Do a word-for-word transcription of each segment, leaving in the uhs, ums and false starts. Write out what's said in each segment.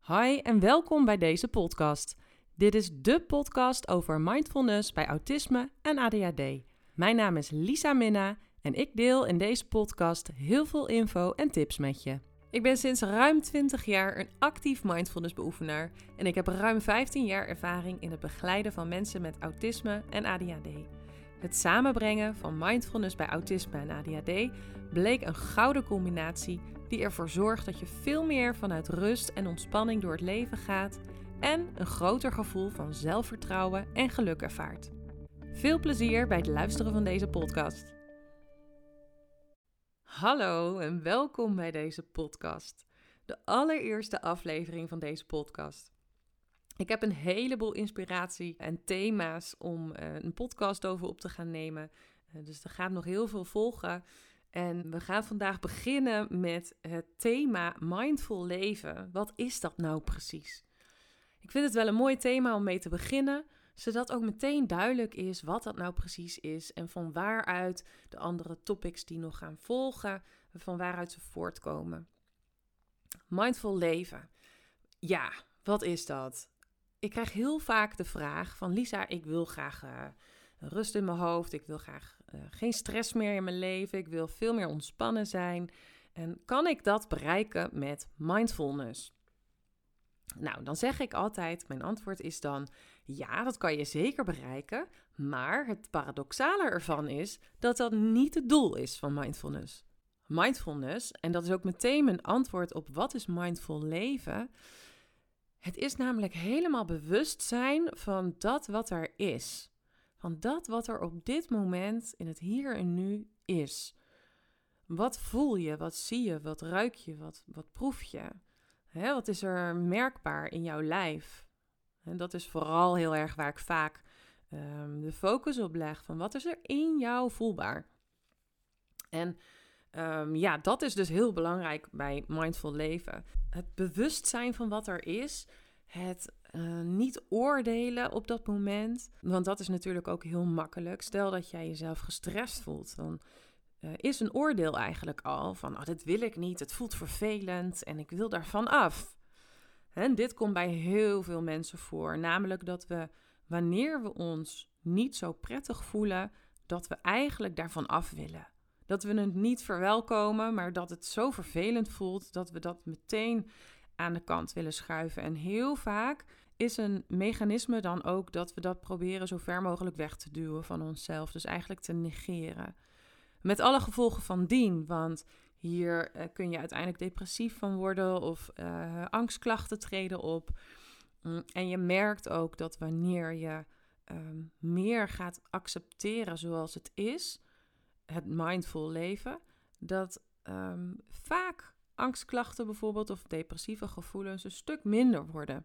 Hi en welkom bij deze podcast. Dit is de podcast over mindfulness bij autisme en A D H D. Mijn naam is Lisa Minna en ik deel in deze podcast heel veel info en tips met je. Ik ben sinds ruim twintig jaar een actief mindfulness beoefenaar en ik heb ruim vijftien jaar ervaring in het begeleiden van mensen met autisme en A D H D. Het samenbrengen van mindfulness bij autisme en A D H D bleek een gouden combinatie die ervoor zorgt dat je veel meer vanuit rust en ontspanning door het leven gaat en een groter gevoel van zelfvertrouwen en geluk ervaart. Veel plezier bij het luisteren van deze podcast. Hallo en welkom bij deze podcast. De allereerste aflevering van deze podcast. Ik heb een heleboel inspiratie en thema's om uh, een podcast over op te gaan nemen. Uh, dus er gaat nog heel veel volgen. En we gaan vandaag beginnen met het thema mindful leven. Wat is dat nou precies? Ik vind het wel een mooi thema om mee te beginnen, zodat ook meteen duidelijk is wat dat nou precies is en van waaruit de andere topics die nog gaan volgen, van waaruit ze voortkomen. Mindful leven. Ja, wat is dat? Ik krijg heel vaak de vraag van Lisa, ik wil graag uh, rust in mijn hoofd. Ik wil graag uh, geen stress meer in mijn leven. Ik wil veel meer ontspannen zijn. En kan ik dat bereiken met mindfulness? Nou, dan zeg ik altijd, mijn antwoord is dan, ja, dat kan je zeker bereiken. Maar het paradoxale ervan is dat dat niet het doel is van mindfulness. Mindfulness, en dat is ook meteen mijn antwoord op wat is mindful leven. Het is namelijk helemaal bewust zijn van dat wat er is. Van dat wat er op dit moment in het hier en nu is. Wat voel je, wat zie je, wat ruik je, wat, wat proef je? Hè, wat is er merkbaar in jouw lijf? En dat is vooral heel erg waar ik vaak um, de focus op leg. Van wat is er in jou voelbaar? En um, ja, dat is dus heel belangrijk bij mindful leven. Het bewustzijn van wat er is. Het uh, niet oordelen op dat moment. Want dat is natuurlijk ook heel makkelijk. Stel dat jij jezelf gestrest voelt. Dan uh, is een oordeel eigenlijk al van, oh, dit wil ik niet. Het voelt vervelend en ik wil daarvan af. En dit komt bij heel veel mensen voor. Namelijk dat we, wanneer we ons niet zo prettig voelen, dat we eigenlijk daarvan af willen. Dat we het niet verwelkomen, maar dat het zo vervelend voelt dat we dat meteen aan de kant willen schuiven. En heel vaak is een mechanisme dan ook dat we dat proberen zo ver mogelijk weg te duwen van onszelf. Dus eigenlijk te negeren. Met alle gevolgen van dien, want hier uh, kun je uiteindelijk depressief van worden of uh, angstklachten treden op. Mm, en je merkt ook dat wanneer je um, meer gaat accepteren zoals het is, het mindful leven, dat um, vaak angstklachten bijvoorbeeld of depressieve gevoelens een stuk minder worden.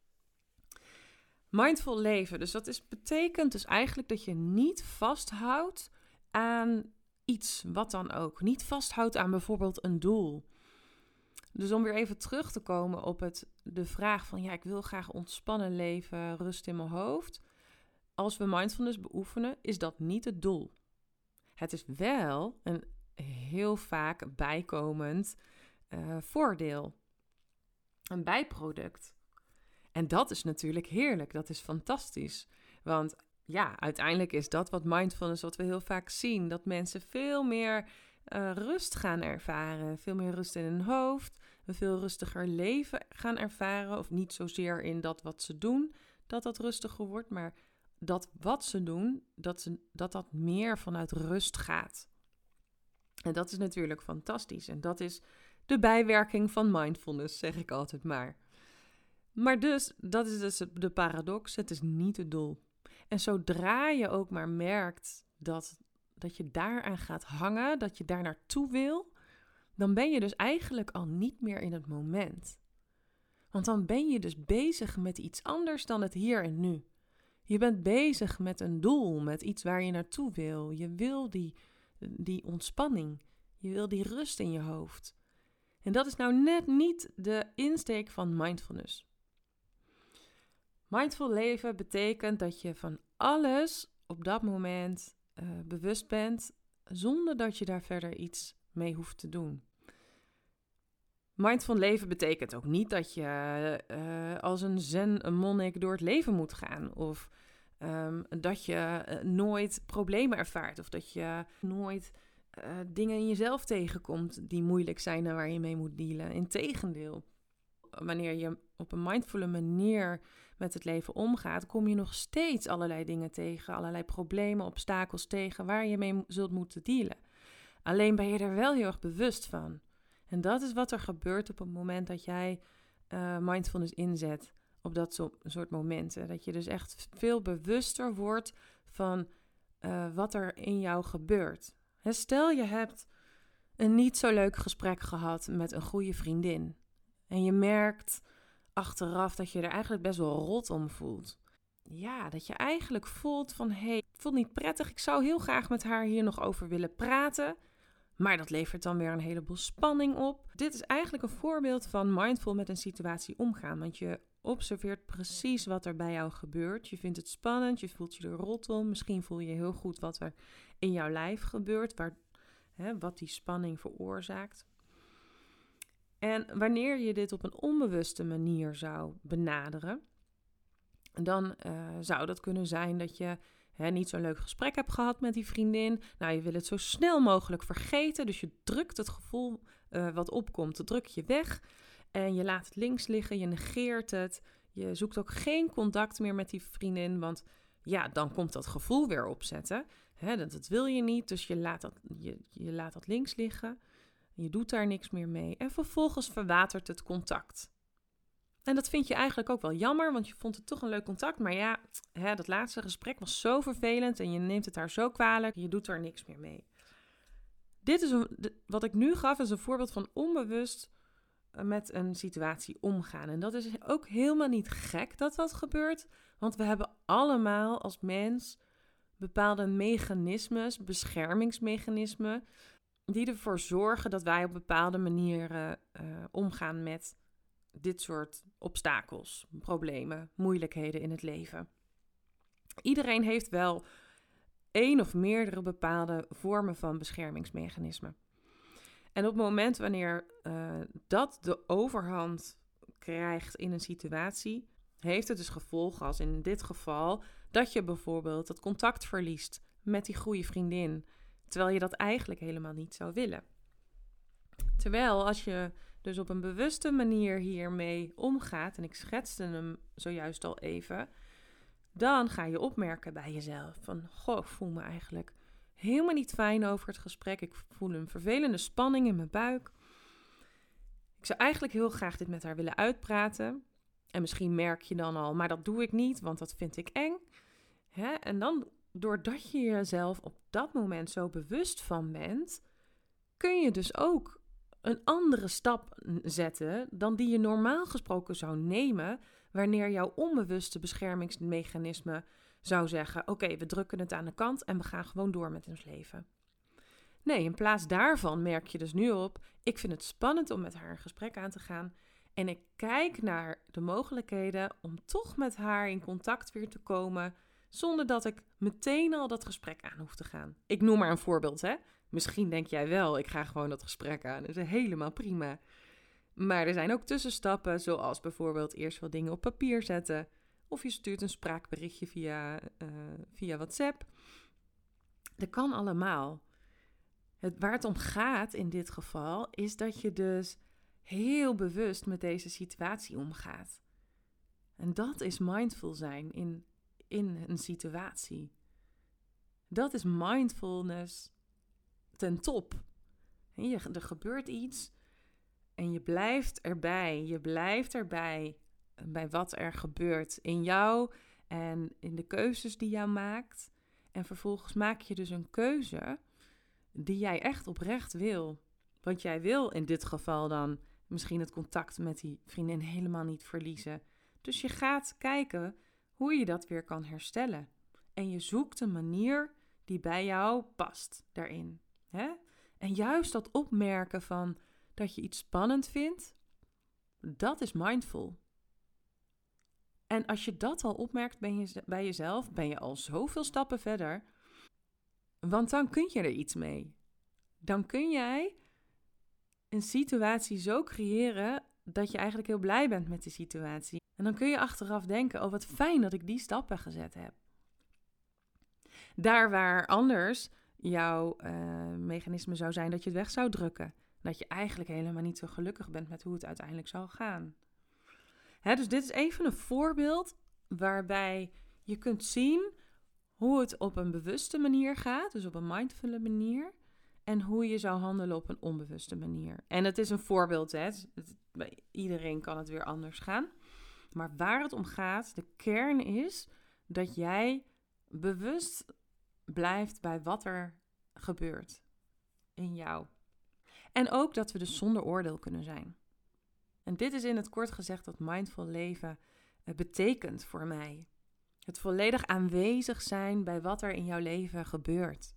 Mindful leven, dus dat is, betekent dus eigenlijk dat je niet vasthoudt aan iets, wat dan ook. Niet vasthoudt aan bijvoorbeeld een doel. Dus om weer even terug te komen op het, de vraag van, ja, ik wil graag ontspannen leven, rust in mijn hoofd. Als we mindfulness beoefenen, is dat niet het doel. Het is wel een heel vaak bijkomend uh, voordeel. Een bijproduct. En dat is natuurlijk heerlijk. Dat is fantastisch. Want ja, uiteindelijk is dat wat mindfulness, wat we heel vaak zien. Dat mensen veel meer uh, rust gaan ervaren. Veel meer rust in hun hoofd. Een veel rustiger leven gaan ervaren. Of niet zozeer in dat wat ze doen, dat dat rustiger wordt. Maar dat wat ze doen, dat, ze, dat dat meer vanuit rust gaat. En dat is natuurlijk fantastisch. En dat is de bijwerking van mindfulness, zeg ik altijd maar. Maar dus, dat is dus de paradox, het is niet het doel. En zodra je ook maar merkt dat, dat je daaraan gaat hangen, dat je daar naartoe wil, dan ben je dus eigenlijk al niet meer in het moment. Want dan ben je dus bezig met iets anders dan het hier en nu. Je bent bezig met een doel, met iets waar je naartoe wil. Je wil die, die ontspanning. Je wil die rust in je hoofd. En dat is nou net niet de insteek van mindfulness. Mindful leven betekent dat je van alles op dat moment uh, bewust bent, zonder dat je daar verder iets mee hoeft te doen. Mindful leven betekent ook niet dat je uh, als een zen, een monnik door het leven moet gaan. Of um, dat je uh, nooit problemen ervaart. Of dat je nooit uh, dingen in jezelf tegenkomt die moeilijk zijn en waar je mee moet dealen. Integendeel, wanneer je op een mindfulle manier met het leven omgaat, kom je nog steeds allerlei dingen tegen. Allerlei problemen, obstakels tegen waar je mee zult moeten dealen. Alleen ben je er wel heel erg bewust van. En dat is wat er gebeurt op het moment dat jij uh, mindfulness inzet op dat so- soort momenten. Dat je dus echt veel bewuster wordt van uh, wat er in jou gebeurt. He, stel je hebt een niet zo leuk gesprek gehad met een goede vriendin. En je merkt achteraf dat je er eigenlijk best wel rot om voelt. Ja, dat je eigenlijk voelt van, hé, hey, het voelt niet prettig. Ik zou heel graag met haar hier nog over willen praten. Maar dat levert dan weer een heleboel spanning op. Dit is eigenlijk een voorbeeld van mindful met een situatie omgaan. Want je observeert precies wat er bij jou gebeurt. Je vindt het spannend, je voelt je er rot om. Misschien voel je heel goed wat er in jouw lijf gebeurt. Waar, hè, wat die spanning veroorzaakt. En wanneer je dit op een onbewuste manier zou benaderen, dan uh, zou dat kunnen zijn dat je He, niet zo'n leuk gesprek hebt gehad met die vriendin. Nou, je wil het zo snel mogelijk vergeten. Dus je drukt het gevoel uh, wat opkomt, dat druk je weg. En je laat het links liggen, je negeert het. Je zoekt ook geen contact meer met die vriendin. Want ja, dan komt dat gevoel weer opzetten. He, dat, dat wil je niet, dus je laat, dat, je, je laat dat links liggen. Je doet daar niks meer mee. En vervolgens verwatert het contact. En dat vind je eigenlijk ook wel jammer, want je vond het toch een leuk contact. Maar ja, hè, dat laatste gesprek was zo vervelend en je neemt het haar zo kwalijk. Je doet er niks meer mee. Dit is een, wat ik nu gaf, is een voorbeeld van onbewust met een situatie omgaan. En dat is ook helemaal niet gek dat dat gebeurt. Want we hebben allemaal als mens bepaalde mechanismes, beschermingsmechanismen, die ervoor zorgen dat wij op bepaalde manieren uh, omgaan met dit soort obstakels, problemen, moeilijkheden in het leven. Iedereen heeft wel één of meerdere bepaalde vormen van beschermingsmechanismen. En op het moment wanneer uh, dat de overhand krijgt in een situatie, heeft het dus gevolgen als in dit geval dat je bijvoorbeeld het contact verliest met die goede vriendin, terwijl je dat eigenlijk helemaal niet zou willen. Terwijl als je dus op een bewuste manier hiermee omgaat, en ik schetste hem zojuist al even, dan ga je opmerken bij jezelf van, goh, ik voel me eigenlijk helemaal niet fijn over het gesprek. Ik voel een vervelende spanning in mijn buik. Ik zou eigenlijk heel graag dit met haar willen uitpraten. En misschien merk je dan al, maar dat doe ik niet, want dat vind ik eng. Hè? En dan, doordat je jezelf op dat moment zo bewust van bent, kun je dus ook een andere stap zetten dan die je normaal gesproken zou nemen wanneer jouw onbewuste beschermingsmechanisme zou zeggen, oké, okay, we drukken het aan de kant en we gaan gewoon door met ons leven. Nee, in plaats daarvan merk je dus nu op, ik vind het spannend om met haar een gesprek aan te gaan en ik kijk naar de mogelijkheden om toch met haar in contact weer te komen zonder dat ik meteen al dat gesprek aan hoef te gaan. Ik noem maar een voorbeeld, hè. Misschien denk jij wel, ik ga gewoon dat gesprek aan. Dat is helemaal prima. Maar er zijn ook tussenstappen, zoals bijvoorbeeld eerst wat dingen op papier zetten. Of je stuurt een spraakberichtje via, uh, via WhatsApp. Dat kan allemaal. Het, waar het om gaat in dit geval, is dat je dus heel bewust met deze situatie omgaat. En dat is mindful zijn in, in een situatie. Dat is mindfulness ten top. Je, er gebeurt iets en je blijft erbij. Je blijft erbij bij wat er gebeurt in jou en in de keuzes die jij maakt. En vervolgens maak je dus een keuze die jij echt oprecht wil. Want jij wil in dit geval dan misschien het contact met die vriendin helemaal niet verliezen. Dus je gaat kijken hoe je dat weer kan herstellen. En je zoekt een manier die bij jou past daarin. Hè? En juist dat opmerken van dat je iets spannend vindt, dat is mindful. En als je dat al opmerkt ben je, bij jezelf, ben je al zoveel stappen verder. Want dan kun je er iets mee. Dan kun jij een situatie zo creëren dat je eigenlijk heel blij bent met die situatie. En dan kun je achteraf denken, oh wat fijn dat ik die stappen gezet heb. Daar waar anders jouw uh, mechanisme zou zijn dat je het weg zou drukken. Dat je eigenlijk helemaal niet zo gelukkig bent met hoe het uiteindelijk zal gaan. Hè, dus dit is even een voorbeeld waarbij je kunt zien hoe het op een bewuste manier gaat, dus op een mindfulle manier, en hoe je zou handelen op een onbewuste manier. En het is een voorbeeld, hè. Het, het, bij iedereen kan het weer anders gaan. Maar waar het om gaat, de kern is dat jij bewust blijft bij wat er gebeurt in jou. En ook dat we dus zonder oordeel kunnen zijn. En dit is in het kort gezegd wat mindful leven betekent voor mij. Het volledig aanwezig zijn bij wat er in jouw leven gebeurt.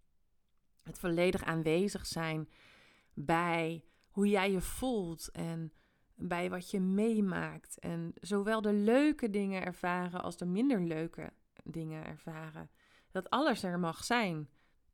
Het volledig aanwezig zijn bij hoe jij je voelt en bij wat je meemaakt. En zowel de leuke dingen ervaren als de minder leuke dingen ervaren. Dat alles er mag zijn.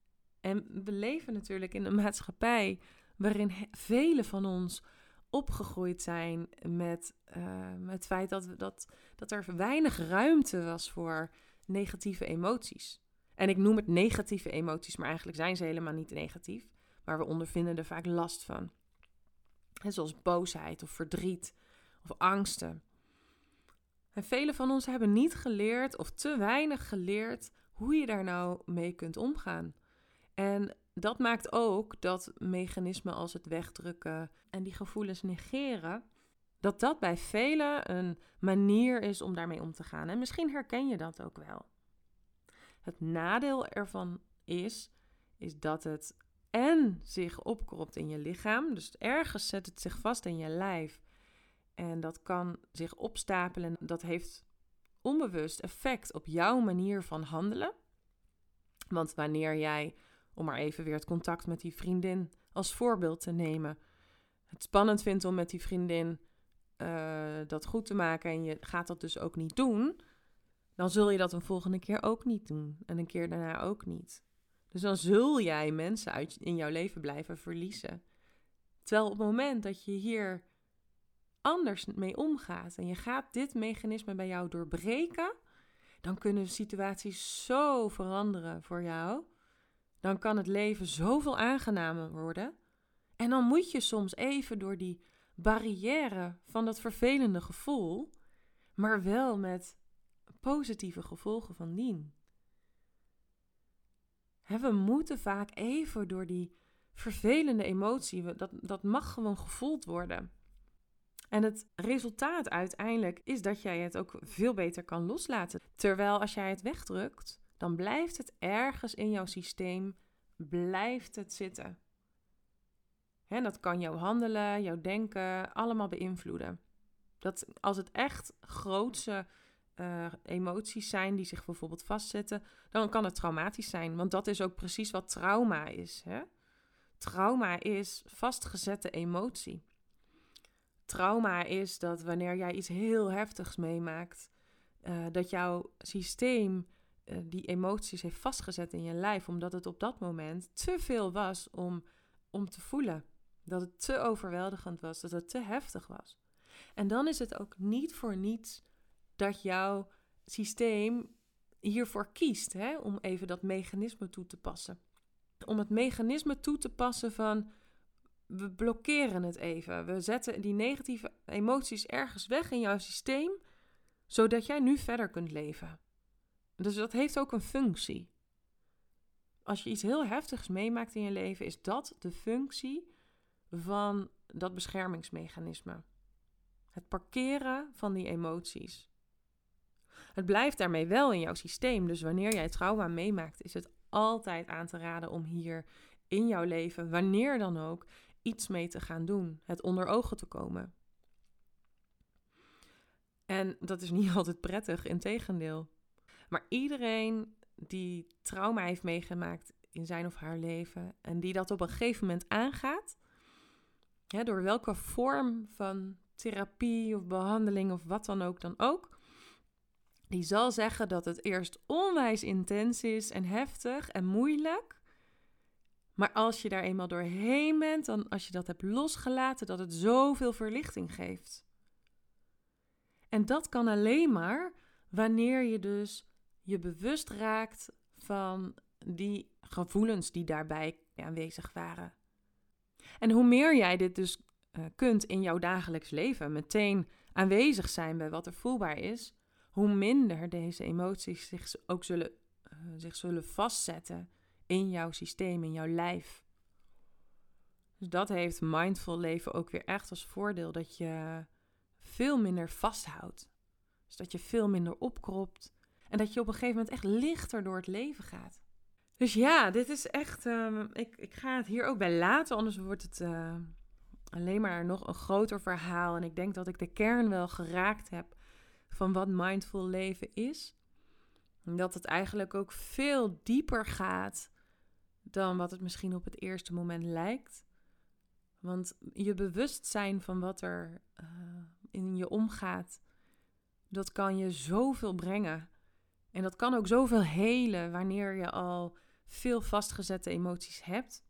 En we leven natuurlijk in een maatschappij waarin velen van ons opgegroeid zijn met uh, het feit dat, we, dat, dat er weinig ruimte was voor negatieve emoties. En ik noem het negatieve emoties, maar eigenlijk zijn ze helemaal niet negatief. Maar we ondervinden er vaak last van. En zoals boosheid of verdriet of angsten. En velen van ons hebben niet geleerd of te weinig geleerd hoe je daar nou mee kunt omgaan. En dat maakt ook dat mechanismen als het wegdrukken en die gevoelens negeren, dat dat bij velen een manier is om daarmee om te gaan. En misschien herken je dat ook wel. Het nadeel ervan is, is dat het en zich opkropt in je lichaam. Dus ergens zet het zich vast in je lijf. En dat kan zich opstapelen. Dat heeft onbewust effect op jouw manier van handelen. Want wanneer jij, om maar even weer het contact met die vriendin als voorbeeld te nemen, het spannend vindt om met die vriendin uh, dat goed te maken en je gaat dat dus ook niet doen, dan zul je dat een volgende keer ook niet doen. En een keer daarna ook niet. Dus dan zul jij mensen uit in jouw leven blijven verliezen. Terwijl op het moment dat je hier anders mee omgaat en je gaat dit mechanisme bij jou doorbreken, dan kunnen situaties zo veranderen voor jou. Dan kan het leven zoveel aangenamer worden. En dan moet je soms even door die barrière van dat vervelende gevoel, maar wel met positieve gevolgen van dien. He, we moeten vaak even door die vervelende emotie, dat, dat mag gewoon gevoeld worden. En het resultaat uiteindelijk is dat jij het ook veel beter kan loslaten. Terwijl als jij het wegdrukt, dan blijft het ergens in jouw systeem, blijft het zitten. En dat kan jouw handelen, jouw denken, allemaal beïnvloeden. Dat als het echt grootse uh, emoties zijn die zich bijvoorbeeld vastzetten, dan kan het traumatisch zijn. Want dat is ook precies wat trauma is. Hè? Trauma is vastgezette emotie. Trauma is dat wanneer jij iets heel heftigs meemaakt, uh, dat jouw systeem uh, die emoties heeft vastgezet in je lijf, omdat het op dat moment te veel was om, om te voelen. Dat het te overweldigend was, dat het te heftig was. En dan is het ook niet voor niets dat jouw systeem hiervoor kiest, hè, om even dat mechanisme toe te passen. Om het mechanisme toe te passen van, we blokkeren het even. We zetten die negatieve emoties ergens weg in jouw systeem, zodat jij nu verder kunt leven. Dus dat heeft ook een functie. Als je iets heel heftigs meemaakt in je leven, is dat de functie van dat beschermingsmechanisme. Het parkeren van die emoties. Het blijft daarmee wel in jouw systeem. Dus wanneer jij trauma meemaakt, is het altijd aan te raden om hier in jouw leven, wanneer dan ook, iets mee te gaan doen. Het onder ogen te komen. En dat is niet altijd prettig, integendeel. Maar iedereen die trauma heeft meegemaakt in zijn of haar leven en die dat op een gegeven moment aangaat, ja, door welke vorm van therapie of behandeling of wat dan ook dan ook, die zal zeggen dat het eerst onwijs intens is en heftig en moeilijk, Maar als je daar eenmaal doorheen bent, dan als je dat hebt losgelaten, dat het zoveel verlichting geeft. En dat kan alleen maar wanneer je dus je bewust raakt van die gevoelens die daarbij aanwezig waren. En hoe meer jij dit dus uh, kunt in jouw dagelijks leven, meteen aanwezig zijn bij wat er voelbaar is, hoe minder deze emoties zich ook zullen, uh, zich zullen vastzetten in jouw systeem, in jouw lijf. Dus dat heeft mindful leven ook weer echt als voordeel, dat je veel minder vasthoudt. Dus dat je veel minder opkropt en dat je op een gegeven moment echt lichter door het leven gaat. Dus ja, dit is echt, uh, ik, ik ga het hier ook bij laten, anders wordt het uh, alleen maar nog een groter verhaal. En ik denk dat ik de kern wel geraakt heb van wat mindful leven is. En dat het eigenlijk ook veel dieper gaat dan wat het misschien op het eerste moment lijkt. Want je bewustzijn van wat er uh, in je omgaat, dat kan je zoveel brengen. En dat kan ook zoveel helen wanneer je al veel vastgezette emoties hebt.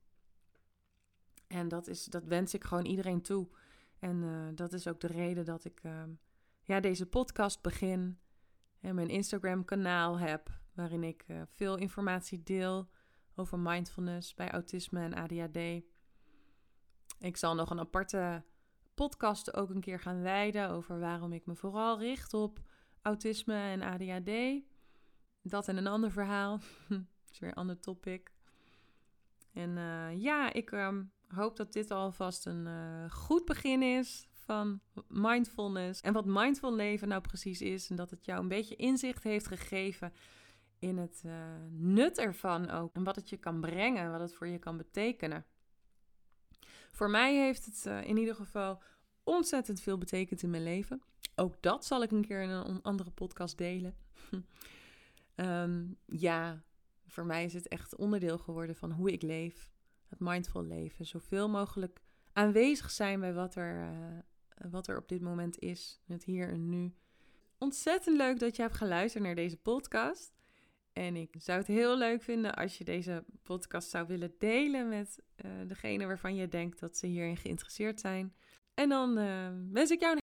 En dat, is, dat wens ik gewoon iedereen toe. En uh, dat is ook de reden dat ik uh, ja, deze podcast begin. En mijn Instagram kanaal heb, waarin ik uh, veel informatie deel over mindfulness bij autisme en A D H D. Ik zal nog een aparte podcast ook een keer gaan wijden over waarom ik me vooral richt op autisme en A D H D. Dat en een ander verhaal. Dat is weer een ander topic. En uh, ja, ik um, hoop dat dit alvast een uh, goed begin is van mindfulness. En wat mindful leven nou precies is. En dat het jou een beetje inzicht heeft gegeven in het uh, nut ervan ook. En wat het je kan brengen, wat het voor je kan betekenen. Voor mij heeft het uh, in ieder geval ontzettend veel betekend in mijn leven. Ook dat zal ik een keer in een andere podcast delen. um, ja, voor mij is het echt onderdeel geworden van hoe ik leef. Het mindful leven. Zoveel mogelijk aanwezig zijn bij wat er, uh, wat er op dit moment is. Het hier en nu. Ontzettend leuk dat je hebt geluisterd naar deze podcast. En ik zou het heel leuk vinden als je deze podcast zou willen delen met uh, degene waarvan je denkt dat ze hierin geïnteresseerd zijn. En dan uh, wens ik jou een